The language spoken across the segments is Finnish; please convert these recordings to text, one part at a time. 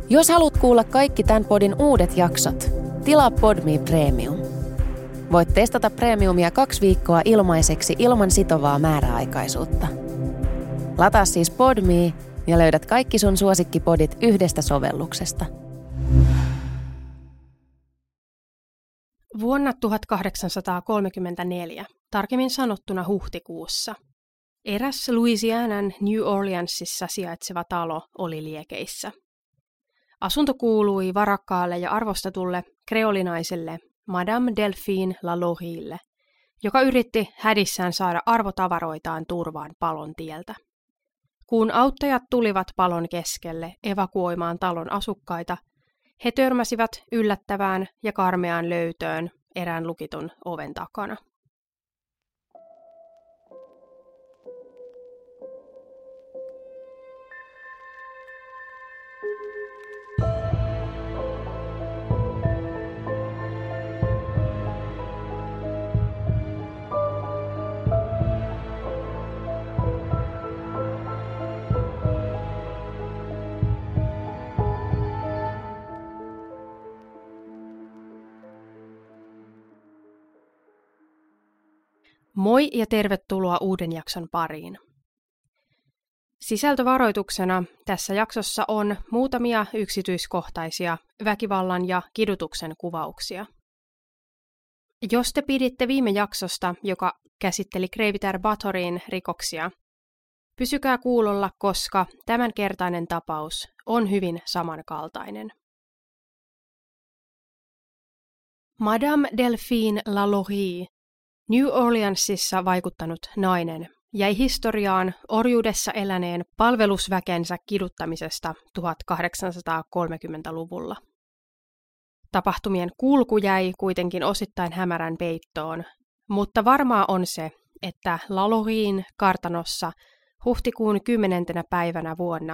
Jos haluat kuulla kaikki tämän podin uudet jaksot, tilaa Podme Premium. Voit testata Premiumia 2 viikkoa ilmaiseksi ilman sitovaa määräaikaisuutta. Lataa siis Podme ja löydät kaikki sun suosikkipodit yhdestä sovelluksesta. Vuonna 1834, tarkemmin sanottuna huhtikuussa, eräs Louisianan New Orleansissa sijaitseva talo oli liekeissä. Asunto kuului varakkaalle ja arvostetulle kreolinaiselle Madame Delphine Lalaurielle, joka yritti hädissään saada arvotavaroitaan turvaan palon tieltä. Kun auttajat tulivat palon keskelle evakuoimaan talon asukkaita, he törmäsivät yllättävään ja karmeaan löytöön erään lukitun oven takana. Moi ja tervetuloa uuden jakson pariin. Sisältövaroituksena tässä jaksossa on muutamia yksityiskohtaisia väkivallan ja kidutuksen kuvauksia. Jos te piditte viime jaksosta, joka käsitteli Greater Batoryn rikoksia, pysykää kuulolla, koska tämänkertainen tapaus on hyvin samankaltainen. Madame Delphine Lalaurie, New Orleansissa vaikuttanut nainen, jäi historiaan orjuudessa eläneen palvelusväkensä kiduttamisesta 1830-luvulla. Tapahtumien kulku jäi kuitenkin osittain hämärän peittoon, mutta varmaa on se, että Lalaurien kartanossa huhtikuun 10. päivänä vuonna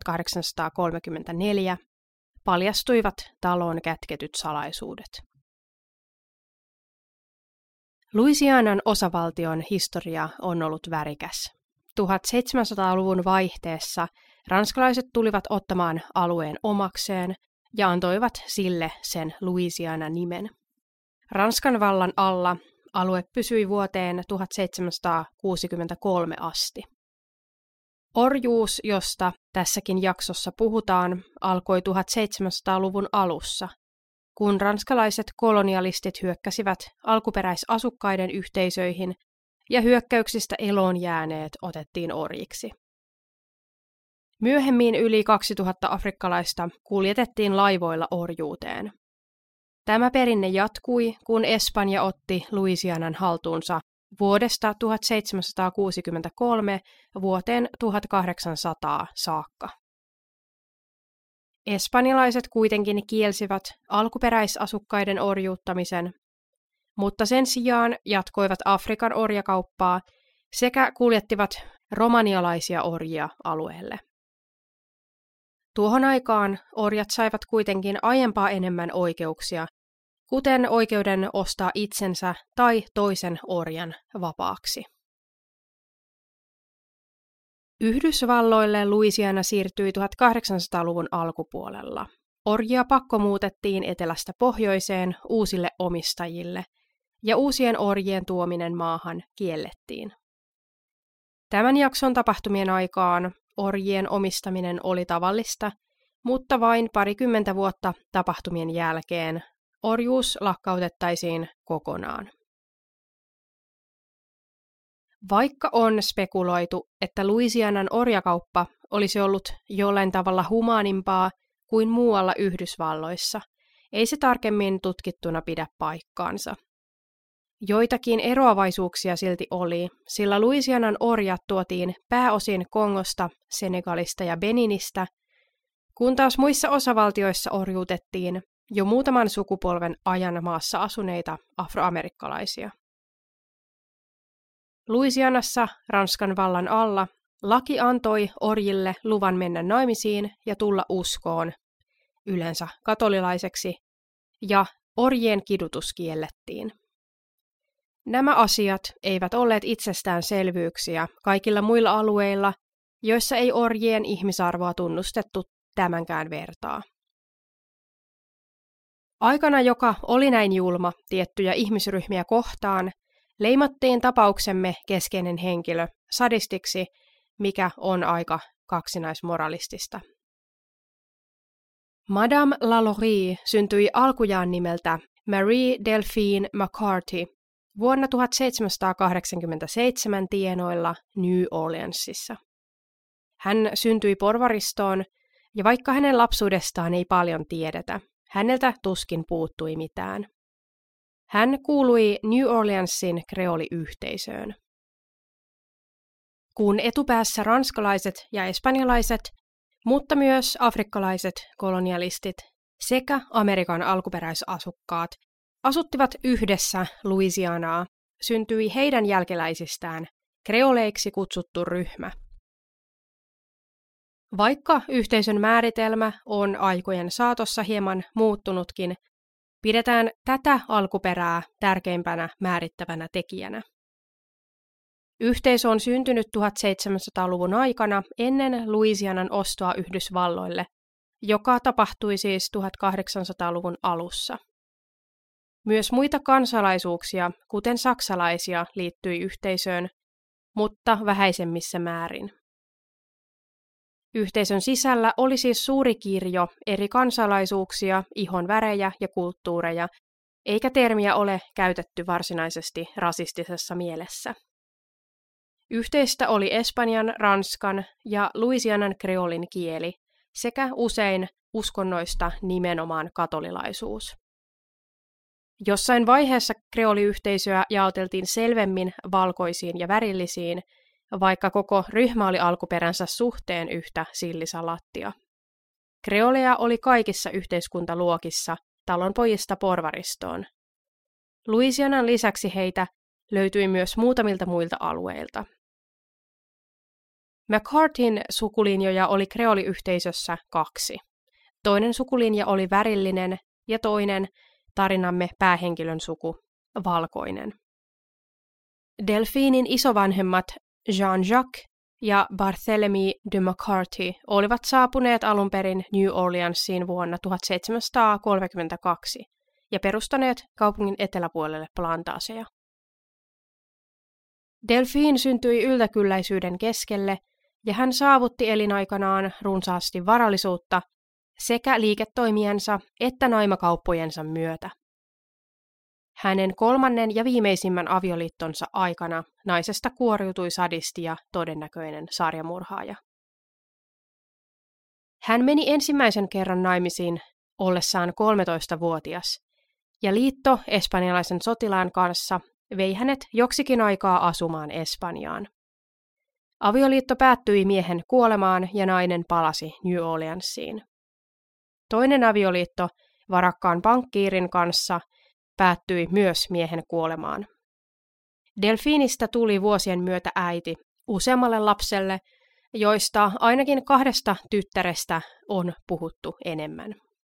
1834 paljastuivat taloon kätketyt salaisuudet. Louisianan osavaltion historia on ollut värikäs. 1700-luvun vaihteessa ranskalaiset tulivat ottamaan alueen omakseen ja antoivat sille sen Louisiana-nimen. Ranskan vallan alla alue pysyi vuoteen 1763 asti. Orjuus, josta tässäkin jaksossa puhutaan, alkoi 1700-luvun alussa, kun ranskalaiset kolonialistit hyökkäsivät alkuperäisasukkaiden yhteisöihin ja hyökkäyksistä eloon jääneet otettiin orjiksi. Myöhemmin yli 2000 afrikkalaista kuljetettiin laivoilla orjuuteen. Tämä perinne jatkui, kun Espanja otti Louisianan haltuunsa vuodesta 1763 vuoteen 1800 saakka. Espanjalaiset kuitenkin kielsivät alkuperäisasukkaiden orjuuttamisen, mutta sen sijaan jatkoivat Afrikan orjakauppaa sekä kuljettivat romanialaisia orjia alueelle. Tuohon aikaan orjat saivat kuitenkin aiempaa enemmän oikeuksia, kuten oikeuden ostaa itsensä tai toisen orjan vapaaksi. Yhdysvalloille Louisiana siirtyi 1800-luvun alkupuolella. Orjia pakkomuutettiin etelästä pohjoiseen uusille omistajille, ja uusien orjien tuominen maahan kiellettiin. Tämän jakson tapahtumien aikaan orjien omistaminen oli tavallista, mutta vain parikymmentä vuotta tapahtumien jälkeen orjuus lakkautettaisiin kokonaan. Vaikka on spekuloitu, että Louisianan orjakauppa olisi ollut jollain tavalla humaanimpaa kuin muualla Yhdysvalloissa, ei se tarkemmin tutkittuna pidä paikkaansa. Joitakin eroavaisuuksia silti oli, sillä Louisianan orjat tuotiin pääosin Kongosta, Senegalista ja Beninistä, kun taas muissa osavaltioissa orjuutettiin jo muutaman sukupolven ajan maassa asuneita afroamerikkalaisia. Louisianassa Ranskan vallan alla laki antoi orjille luvan mennä naimisiin ja tulla uskoon, yleensä katolilaiseksi, ja orjien kidutus kiellettiin. Nämä asiat eivät olleet itsestäänselvyyksiä kaikilla muilla alueilla, joissa ei orjien ihmisarvoa tunnustettu tämänkään vertaa. Aikana, joka oli näin julma tiettyjä ihmisryhmiä kohtaan, leimattiin tapauksemme keskeinen henkilö sadistiksi, mikä on aika kaksinaismoralistista. Madame Lalaurie syntyi alkujaan nimeltä Marie Delphine McCarthy vuonna 1787 tienoilla New Orleansissa. Hän syntyi porvaristoon, ja vaikka hänen lapsuudestaan ei paljon tiedetä, häneltä tuskin puuttui mitään. Hän kuului New Orleansin kreoliyhteisöön. Kun etupäässä ranskalaiset ja espanjalaiset, mutta myös afrikkalaiset kolonialistit sekä Amerikan alkuperäisasukkaat asuttivat yhdessä Louisianaa, syntyi heidän jälkeläisistään kreoleiksi kutsuttu ryhmä. Vaikka yhteisön määritelmä on aikojen saatossa hieman muuttunutkin, pidetään tätä alkuperää tärkeimpänä määrittävänä tekijänä. Yhteisö on syntynyt 1700-luvun aikana ennen Louisianan ostoa Yhdysvalloille, joka tapahtui siis 1800-luvun alussa. Myös muita kansalaisuuksia, kuten saksalaisia, liittyi yhteisöön, mutta vähäisemmissä määrin. Yhteisön sisällä oli siis suuri kirjo eri kansalaisuuksia, ihonvärejä ja kulttuureja, eikä termiä ole käytetty varsinaisesti rasistisessa mielessä. Yhteistä oli espanjan, ranskan ja Louisianan kreolin kieli sekä usein uskonnoista nimenomaan katolilaisuus. Jossain vaiheessa kreoliyhteisöä jaoteltiin selvemmin valkoisiin ja värillisiin, vaikka koko ryhmä oli alkuperänsä suhteen yhtä sillisalattia. Kreoleja oli kaikissa yhteiskuntaluokissa, talonpojista porvaristoon. Louisianan lisäksi heitä löytyi myös muutamilta muilta alueilta. McCarthyn sukulinjoja oli kreoliyhteisössä 2. Toinen sukulinja oli värillinen ja toinen, tarinamme päähenkilön suku, valkoinen. Delphinin isovanhemmat Jean-Jacques ja Barthélemy de McCarthy olivat saapuneet alun perin New Orleansiin vuonna 1732 ja perustaneet kaupungin eteläpuolelle plantaaseja. Delphine syntyi yltäkylläisyyden keskelle ja hän saavutti elinaikanaan runsaasti varallisuutta sekä liiketoimiensa että naimakauppojensa myötä. Hänen 3. ja viimeisimmän avioliittonsa aikana naisesta kuoriutui sadisti ja todennäköinen sarjamurhaaja. Hän meni ensimmäisen kerran naimisiin ollessaan 13-vuotias, ja liitto espanjalaisen sotilaan kanssa vei hänet joksikin aikaa asumaan Espanjaan. Avioliitto päättyi miehen kuolemaan ja nainen palasi New Orleansiin. Toinen avioliitto varakkaan pankkiirin kanssa päättyi myös miehen kuolemaan. Delphinistä tuli vuosien myötä äiti useammalle lapselle, joista ainakin 2 tyttärestä on puhuttu enemmän.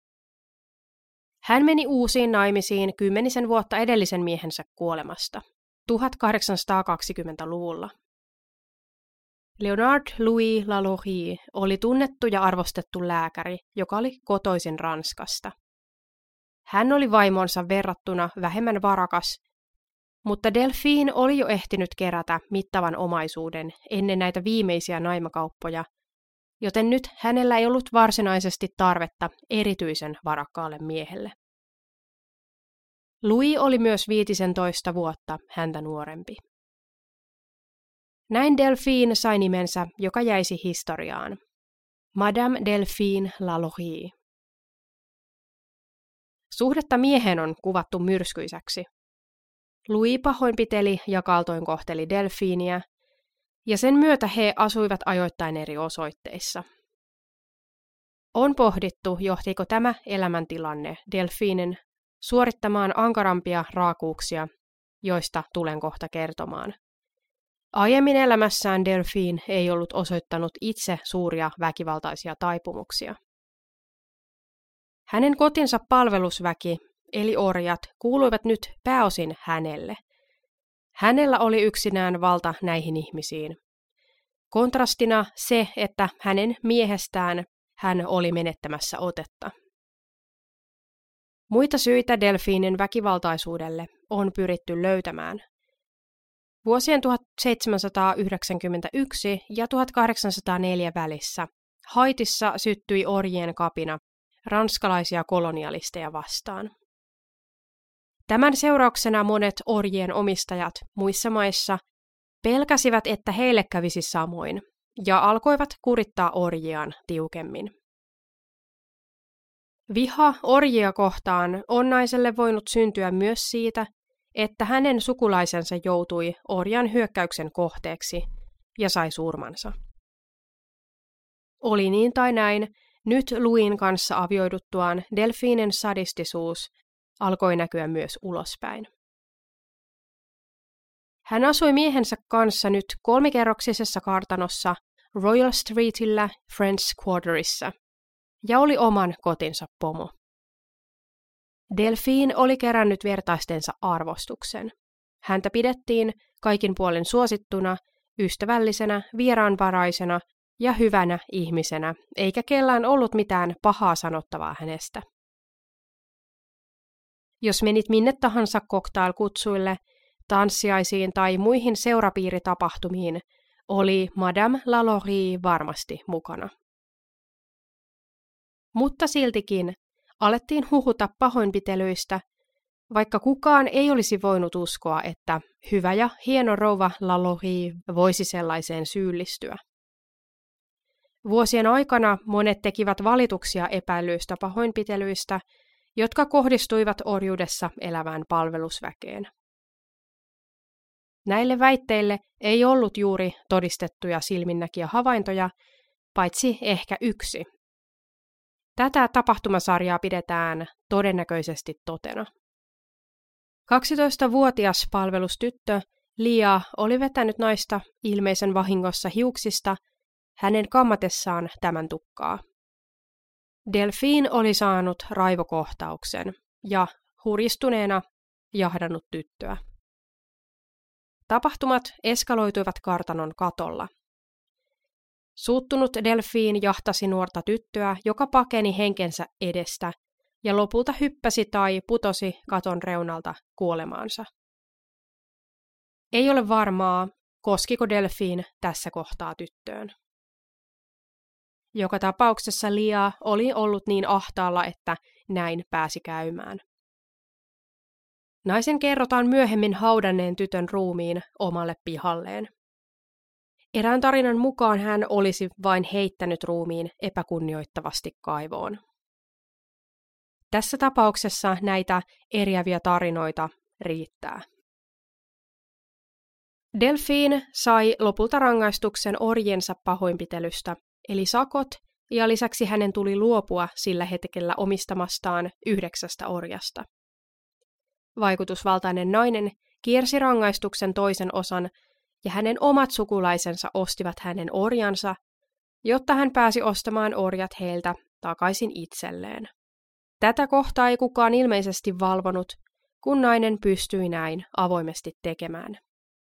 Hän meni uusiin naimisiin 10 vuotta edellisen miehensä kuolemasta, 1820-luvulla. Leonard Louis Lalaurie oli tunnettu ja arvostettu lääkäri, joka oli kotoisin Ranskasta. Hän oli vaimonsa verrattuna vähemmän varakas, mutta Delphine oli jo ehtinyt kerätä mittavan omaisuuden ennen näitä viimeisiä naimakauppoja, joten nyt hänellä ei ollut varsinaisesti tarvetta erityisen varakkaalle miehelle. Louis oli myös 15 vuotta häntä nuorempi. Näin Delphine sai nimensä, joka jäisi historiaan. Madame Delphine Lalaurie. Suhdetta miehen on kuvattu myrskyiseksi. Louis pahoinpiteli ja kaltoinkohteli Delphiniä, ja sen myötä he asuivat ajoittain eri osoitteissa. On pohdittu, johtiko tämä elämäntilanne Delphinen suorittamaan ankarampia raakuuksia, joista tulen kohta kertomaan. Aiemmin elämässään Delphine ei ollut osoittanut itse suuria väkivaltaisia taipumuksia. Hänen kotinsa palvelusväki, eli orjat, kuuluivat nyt pääosin hänelle. Hänellä oli yksinään valta näihin ihmisiin. Kontrastina se, että hänen miehestään hän oli menettämässä otetta. Muita syitä delfiinin väkivaltaisuudelle on pyritty löytämään. Vuosien 1791 ja 1804 välissä Haitissa syttyi orjien kapina ranskalaisia kolonialisteja vastaan. Tämän seurauksena monet orjien omistajat muissa maissa pelkäsivät, että heille kävisi samoin, ja alkoivat kurittaa orjiaan tiukemmin. Viha orjia kohtaan on naiselle voinut syntyä myös siitä, että hänen sukulaisensa joutui orjan hyökkäyksen kohteeksi ja sai surmansa. Oli niin tai näin, nyt Louisin kanssa avioiduttuaan delfiinin sadistisuus alkoi näkyä myös ulospäin. Hän asui miehensä kanssa nyt 3-kerroksisessa kartanossa Royal Streetillä French Quarterissa ja oli oman kotinsa pomo. Delphine oli kerännyt vertaistensa arvostuksen. Häntä pidettiin kaikin puolin suosittuna, ystävällisenä, vieraanvaraisena ja hyvänä ihmisenä, eikä kellään ollut mitään pahaa sanottavaa hänestä. Jos menit minne tahansa cocktailkutsuille, tanssiaisiin tai muihin seurapiiritapahtumiin, oli Madame Lalaurie varmasti mukana. Mutta siltikin alettiin huhuta pahoinpitelyistä, vaikka kukaan ei olisi voinut uskoa, että hyvä ja hieno rouva Lalaurie voisi sellaiseen syyllistyä. Vuosien aikana monet tekivät valituksia epäilyistä pahoinpitelyistä, jotka kohdistuivat orjuudessa elävään palvelusväkeen. Näille väitteille ei ollut juuri todistettuja silminnäkijä havaintoja, paitsi ehkä yksi. Tätä tapahtumasarjaa pidetään todennäköisesti totena. 12-vuotias palvelustyttö Lia oli vetänyt naista ilmeisen vahingossa hiuksista hänen kammatessaan tämän tukkaa. Delphine oli saanut raivokohtauksen ja huristuneena jahdannut tyttöä. Tapahtumat eskaloituivat kartanon katolla. Suuttunut Delphine jahtasi nuorta tyttöä, joka pakeni henkensä edestä ja lopulta hyppäsi tai putosi katon reunalta kuolemaansa. Ei ole varmaa, koskiko Delphine tässä kohtaa tyttöön. Joka tapauksessa Lia oli ollut niin ahtaalla, että näin pääsi käymään. Naisen kerrotaan myöhemmin haudanneen tytön ruumiin omalle pihalleen. Erään tarinan mukaan hän olisi vain heittänyt ruumiin epäkunnioittavasti kaivoon. Tässä tapauksessa näitä eriäviä tarinoita riittää. Delphine sai lopulta rangaistuksen orjensa pahoinpitelystä, eli sakot, ja lisäksi hänen tuli luopua sillä hetkellä omistamastaan 9 orjasta. Vaikutusvaltainen nainen kiersi rangaistuksen toisen osan, ja hänen omat sukulaisensa ostivat hänen orjansa, jotta hän pääsi ostamaan orjat heiltä takaisin itselleen. Tätä kohtaa ei kukaan ilmeisesti valvonut, kun nainen pystyi näin avoimesti tekemään.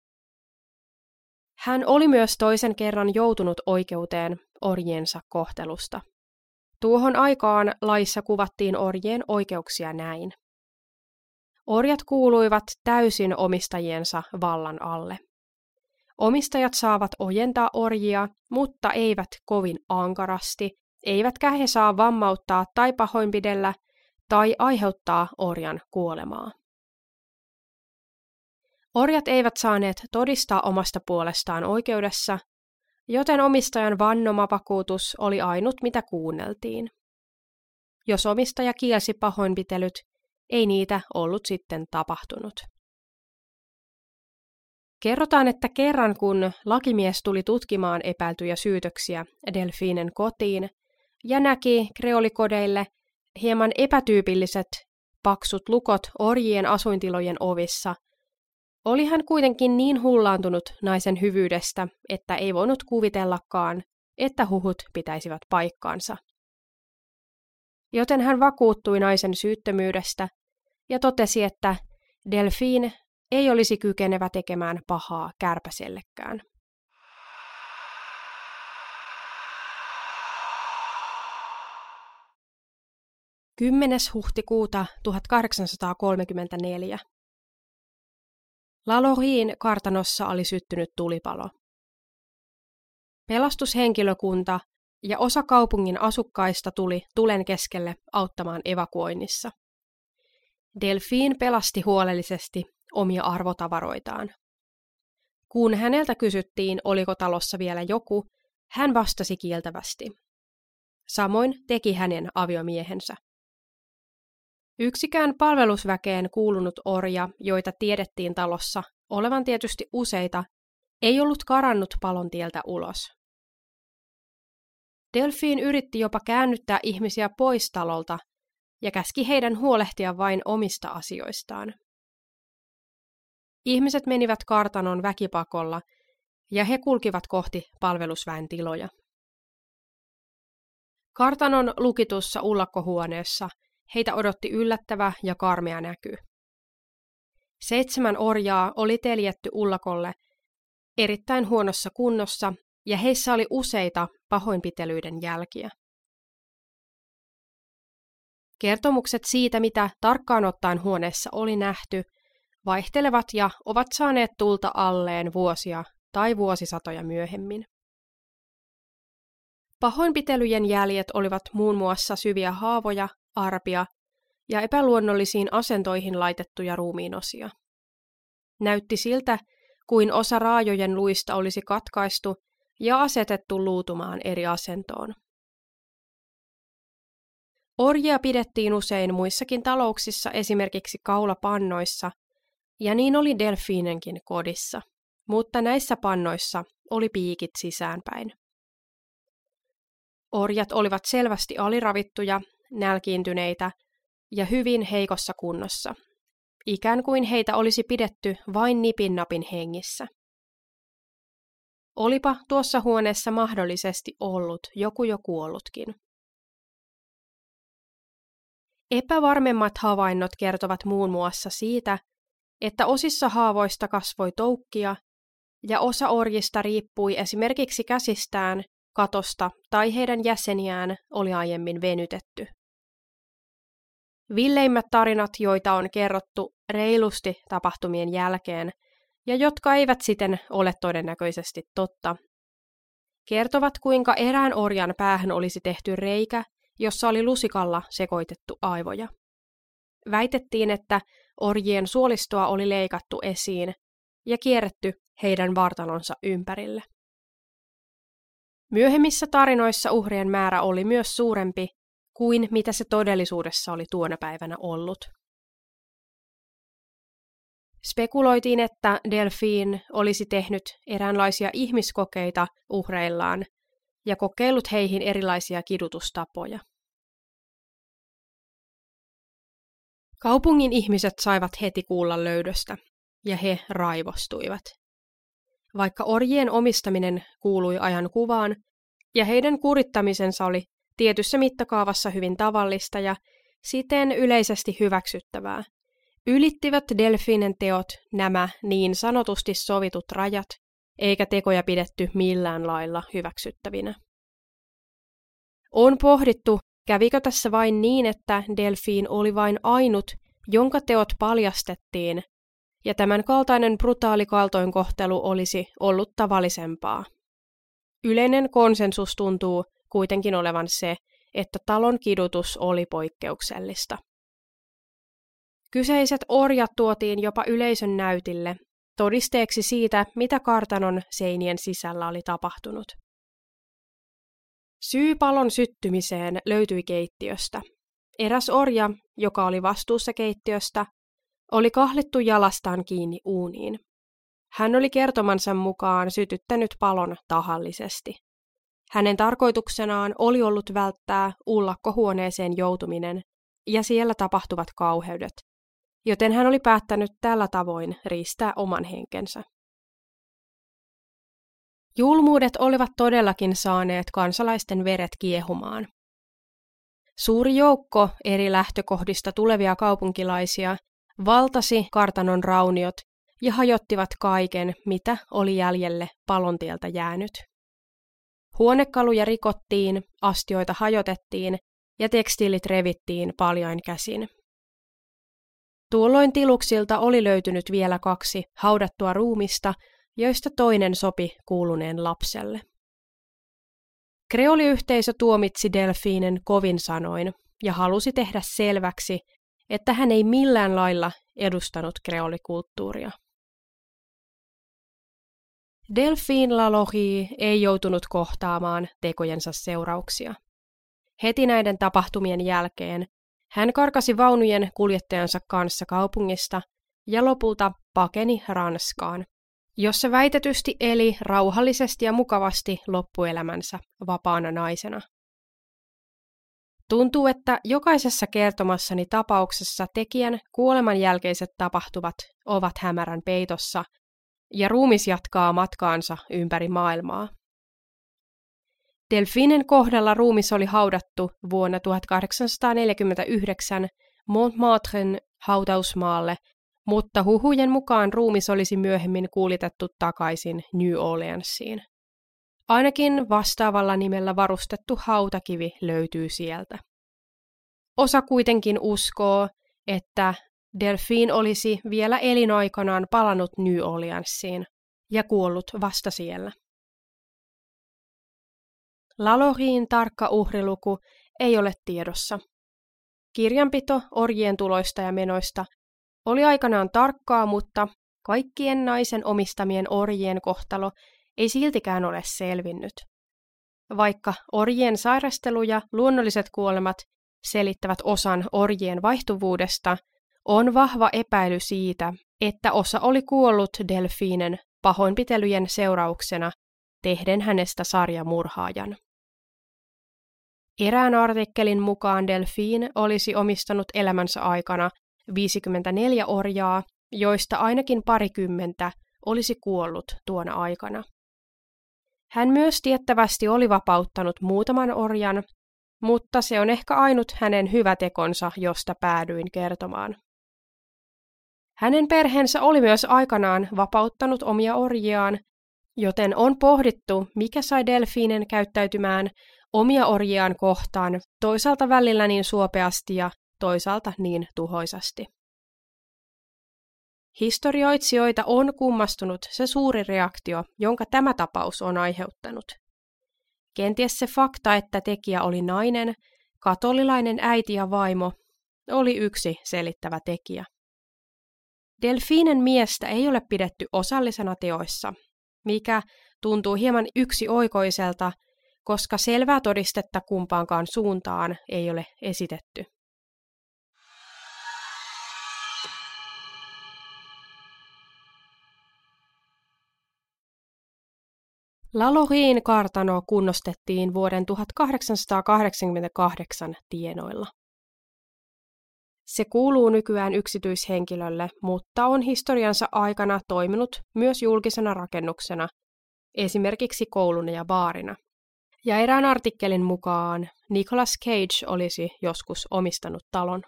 Hän oli myös toisen kerran joutunut oikeuteen orjiensa kohtelusta. Tuohon aikaan laissa kuvattiin orjien oikeuksia näin. Orjat kuuluivat täysin omistajiensa vallan alle. Omistajat saavat ojentaa orjia, mutta eivät kovin ankarasti, eivätkä he saa vammauttaa tai pahoinpidellä tai aiheuttaa orjan kuolemaa. Orjat eivät saaneet todistaa omasta puolestaan oikeudessa, joten omistajan vannoma vakuutus oli ainut, mitä kuunneltiin. Jos omistaja kielsi pahoinpitelyt, ei niitä ollut sitten tapahtunut. Kerrotaan, että kerran kun lakimies tuli tutkimaan epäiltyjä syytöksiä Delphinen kotiin ja näki kreolikodeille hieman epätyypilliset paksut lukot orjien asuintilojen ovissa, oli hän kuitenkin niin hullaantunut naisen hyvyydestä, että ei voinut kuvitellakaan, että huhut pitäisivät paikkaansa. Joten hän vakuuttui naisen syyttömyydestä ja totesi, että Delphine ei olisi kykenevä tekemään pahaa kärpäsellekään. 10. huhtikuuta 1834. La Lorien kartanossa oli syttynyt tulipalo. Pelastushenkilökunta ja osa kaupungin asukkaista tuli tulen keskelle auttamaan evakuoinnissa. Delphine pelasti huolellisesti omia arvotavaroitaan. Kun häneltä kysyttiin, oliko talossa vielä joku, hän vastasi kieltävästi. Samoin teki hänen aviomiehensä. Yksikään palvelusväkeen kuulunut orja, joita tiedettiin talossa olevan tietysti useita, ei ollut karannut palon tieltä ulos. Delphine yritti jopa käännyttää ihmisiä pois talolta ja käski heidän huolehtia vain omista asioistaan. Ihmiset menivät kartanon väkipakolla ja he kulkivat kohti palvelusväen tiloja. Kartanon lukitussa ullakkohuoneessa heitä odotti yllättävä ja karmea näky. 7 orjaa oli teljetty ullakolle erittäin huonossa kunnossa ja heissä oli useita pahoinpitelyiden jälkiä. Kertomukset siitä, mitä tarkkaan ottaen huoneessa oli nähty, vaihtelevat ja ovat saaneet tulta alleen vuosia tai vuosisatoja myöhemmin. Pahoinpitelyjen jäljet olivat muun muassa syviä haavoja, arpia ja epäluonnollisiin asentoihin laitettuja ruumiinosia. Näytti siltä, kuin osa raajojen luista olisi katkaistu ja asetettu luutumaan eri asentoon. Orjia pidettiin usein muissakin talouksissa, esimerkiksi kaulapannoissa, ja niin oli Delphinenkin kodissa, mutta näissä pannoissa oli piikit sisäänpäin. Orjat olivat selvästi aliravittuja, nälkiintyneitä ja hyvin heikossa kunnossa, ikään kuin heitä olisi pidetty vain nipin napin hengissä. Olipa tuossa huoneessa mahdollisesti ollut joku jo kuollutkin. Epävarmemmat havainnot kertovat muun muassa siitä, että osissa haavoista kasvoi toukkia ja osa orjista riippui esimerkiksi käsistään, katosta tai heidän jäseniään oli aiemmin venytetty. Villeimmät tarinat, joita on kerrottu reilusti tapahtumien jälkeen ja jotka eivät siten ole todennäköisesti totta, kertovat kuinka erään orjan päähän olisi tehty reikä, jossa oli lusikalla sekoitettu aivoja. Väitettiin, että orjien suolistoa oli leikattu esiin ja kierretty heidän vartalonsa ympärille. Myöhemmissä tarinoissa uhrien määrä oli myös suurempi kuin mitä se todellisuudessa oli tuona päivänä ollut. Spekuloitiin, että Delphine olisi tehnyt eräänlaisia ihmiskokeita uhreillaan ja kokeillut heihin erilaisia kidutustapoja. Kaupungin ihmiset saivat heti kuulla löydöstä, ja he raivostuivat. Vaikka orjien omistaminen kuului ajan kuvaan, ja heidän kurittamisensa oli tietyssä mittakaavassa hyvin tavallista ja siten yleisesti hyväksyttävää, ylittivät Delphinen teot nämä niin sanotusti sovitut rajat, eikä tekoja pidetty millään lailla hyväksyttävinä. On pohdittu, kävikö tässä vain niin, että Delphine oli vain ainut, jonka teot paljastettiin, ja tämän kaltainen brutaali kaltoinkohtelu olisi ollut tavallisempaa. Yleinen konsensus tuntuu kuitenkin olevan se, että talon kidutus oli poikkeuksellista. Kyseiset orjat tuotiin jopa yleisön näytille, todisteeksi siitä, mitä kartanon seinien sisällä oli tapahtunut. Syy palon syttymiseen löytyi keittiöstä. Eräs orja, joka oli vastuussa keittiöstä, oli kahlittu jalastaan kiinni uuniin. Hän oli kertomansa mukaan sytyttänyt palon tahallisesti. Hänen tarkoituksenaan oli ollut välttää ullakkohuoneeseen joutuminen ja siellä tapahtuvat kauheudet, joten hän oli päättänyt tällä tavoin riistää oman henkensä. Julmuudet olivat todellakin saaneet kansalaisten veret kiehumaan. Suuri joukko eri lähtökohdista tulevia kaupunkilaisia valtasi kartanon rauniot ja hajottivat kaiken, mitä oli jäljelle palontieltä jäänyt. Huonekaluja rikottiin, astioita hajotettiin ja tekstiilit revittiin paljain käsin. Tuolloin tiluksilta oli löytynyt vielä 2 haudattua ruumista, joista toinen sopi kuuluneen lapselle. Kreoliyhteisö tuomitsi Delphinen kovin sanoin ja halusi tehdä selväksi, että hän ei millään lailla edustanut kreolikulttuuria. Delphine Lalaurie ei joutunut kohtaamaan tekojensa seurauksia. Heti näiden tapahtumien jälkeen hän karkasi vaunujen kuljettajansa kanssa kaupungista ja lopulta pakeni Ranskaan, jossa väitetysti eli rauhallisesti ja mukavasti loppuelämänsä vapaana naisena. Tuntuu, että jokaisessa kertomassani tapauksessa tekijän kuoleman jälkeiset tapahtumat ovat hämärän peitossa ja ruumis jatkaa matkaansa ympäri maailmaa. Delphinen kohdalla ruumis oli haudattu vuonna 1849 Montmartren hautausmaalle, mutta huhujen mukaan ruumis olisi myöhemmin kuljetettu takaisin New Orleansiin. Ainakin vastaavalla nimellä varustettu hautakivi löytyy sieltä. Osa kuitenkin uskoo, että Delphine olisi vielä elinaikanaan palannut New Orleansiin ja kuollut vasta siellä. Lalaurien tarkka uhriluku ei ole tiedossa. Kirjanpito orjien tuloista ja menoista oli aikanaan tarkkaa, mutta kaikkien naisen omistamien orjien kohtalo ei siltikään ole selvinnyt. Vaikka orjien sairastelu ja luonnolliset kuolemat selittävät osan orjien vaihtuvuudesta, on vahva epäily siitä, että osa oli kuollut Delphinen pahoinpitelyjen seurauksena, tehden hänestä sarjamurhaajan. Erään artikkelin mukaan Delphine olisi omistanut elämänsä aikana 54 orjaa, joista ainakin 20 olisi kuollut tuona aikana. Hän myös tiettävästi oli vapauttanut muutaman orjan, mutta se on ehkä ainut hänen hyvä tekonsa, josta päädyin kertomaan. Hänen perheensä oli myös aikanaan vapauttanut omia orjiaan, joten on pohdittu, mikä sai Delphinen käyttäytymään omia orjiaan kohtaan toisaalta välillä niin suopeasti ja toisaalta niin tuhoisasti. Historioitsijoita on kummastunut se suuri reaktio, jonka tämä tapaus on aiheuttanut. Kenties se fakta, että tekijä oli nainen, katolilainen äiti ja vaimo, oli yksi selittävä tekijä. Delphinen miestä ei ole pidetty osallisena teoissa, mikä tuntuu hieman yksioikoiselta, koska selvää todistetta kumpaankaan suuntaan ei ole esitetty. Lalaurien kartano kunnostettiin vuoden 1888 tienoilla. Se kuuluu nykyään yksityishenkilölle, mutta on historiansa aikana toiminut myös julkisena rakennuksena, esimerkiksi kouluna ja baarina. Ja erään artikkelin mukaan Nicolas Cage olisi joskus omistanut talon.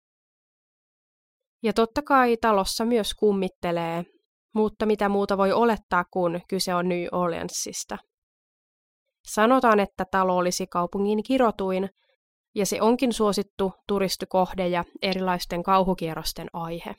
Ja totta kai talossa myös kummittelee, mutta mitä muuta voi olettaa, kun kyse on New Orleansista. Sanotaan, että talo olisi kaupungin kirotuin, ja se onkin suosittu turistikohde ja erilaisten kauhukierrosten aihe.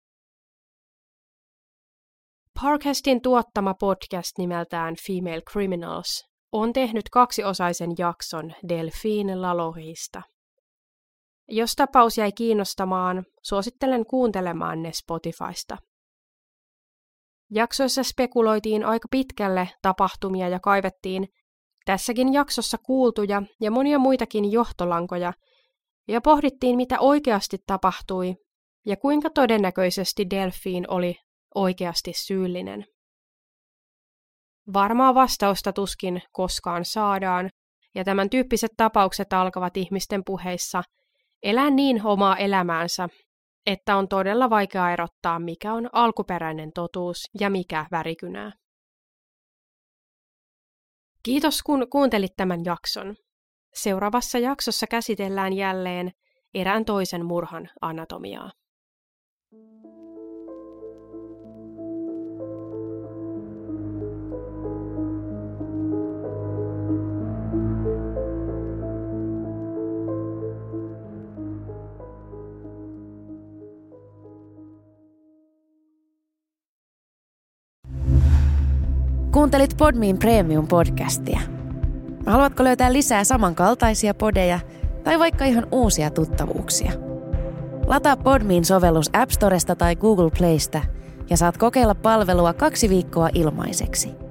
Parcastin tuottama podcast nimeltään Female Criminals on tehnyt 2-osaisen jakson Delphine Lalauriesta. Jos tapaus jäi kiinnostamaan, suosittelen kuuntelemaan ne Spotifysta. Jaksoissa spekuloitiin aika pitkälle tapahtumia ja kaivettiin tässäkin jaksossa kuultuja ja monia muitakin johtolankoja, ja pohdittiin, mitä oikeasti tapahtui ja kuinka todennäköisesti Delphine oli oikeasti syyllinen. Varmaa vastausta tuskin koskaan saadaan, ja tämän tyyppiset tapaukset alkavat ihmisten puheissa elää niin omaa elämäänsä, että on todella vaikea erottaa, mikä on alkuperäinen totuus ja mikä värikynää. Kiitos, kun kuuntelit tämän jakson. Seuraavassa jaksossa käsitellään jälleen erään toisen murhan anatomiaa. Kuuntelit Podmin Premium-podcastia. Haluatko löytää lisää samankaltaisia podeja tai vaikka ihan uusia tuttavuuksia? Lataa Podmin sovellus App Storesta tai Google Playsta ja saat kokeilla palvelua 2 viikkoa ilmaiseksi.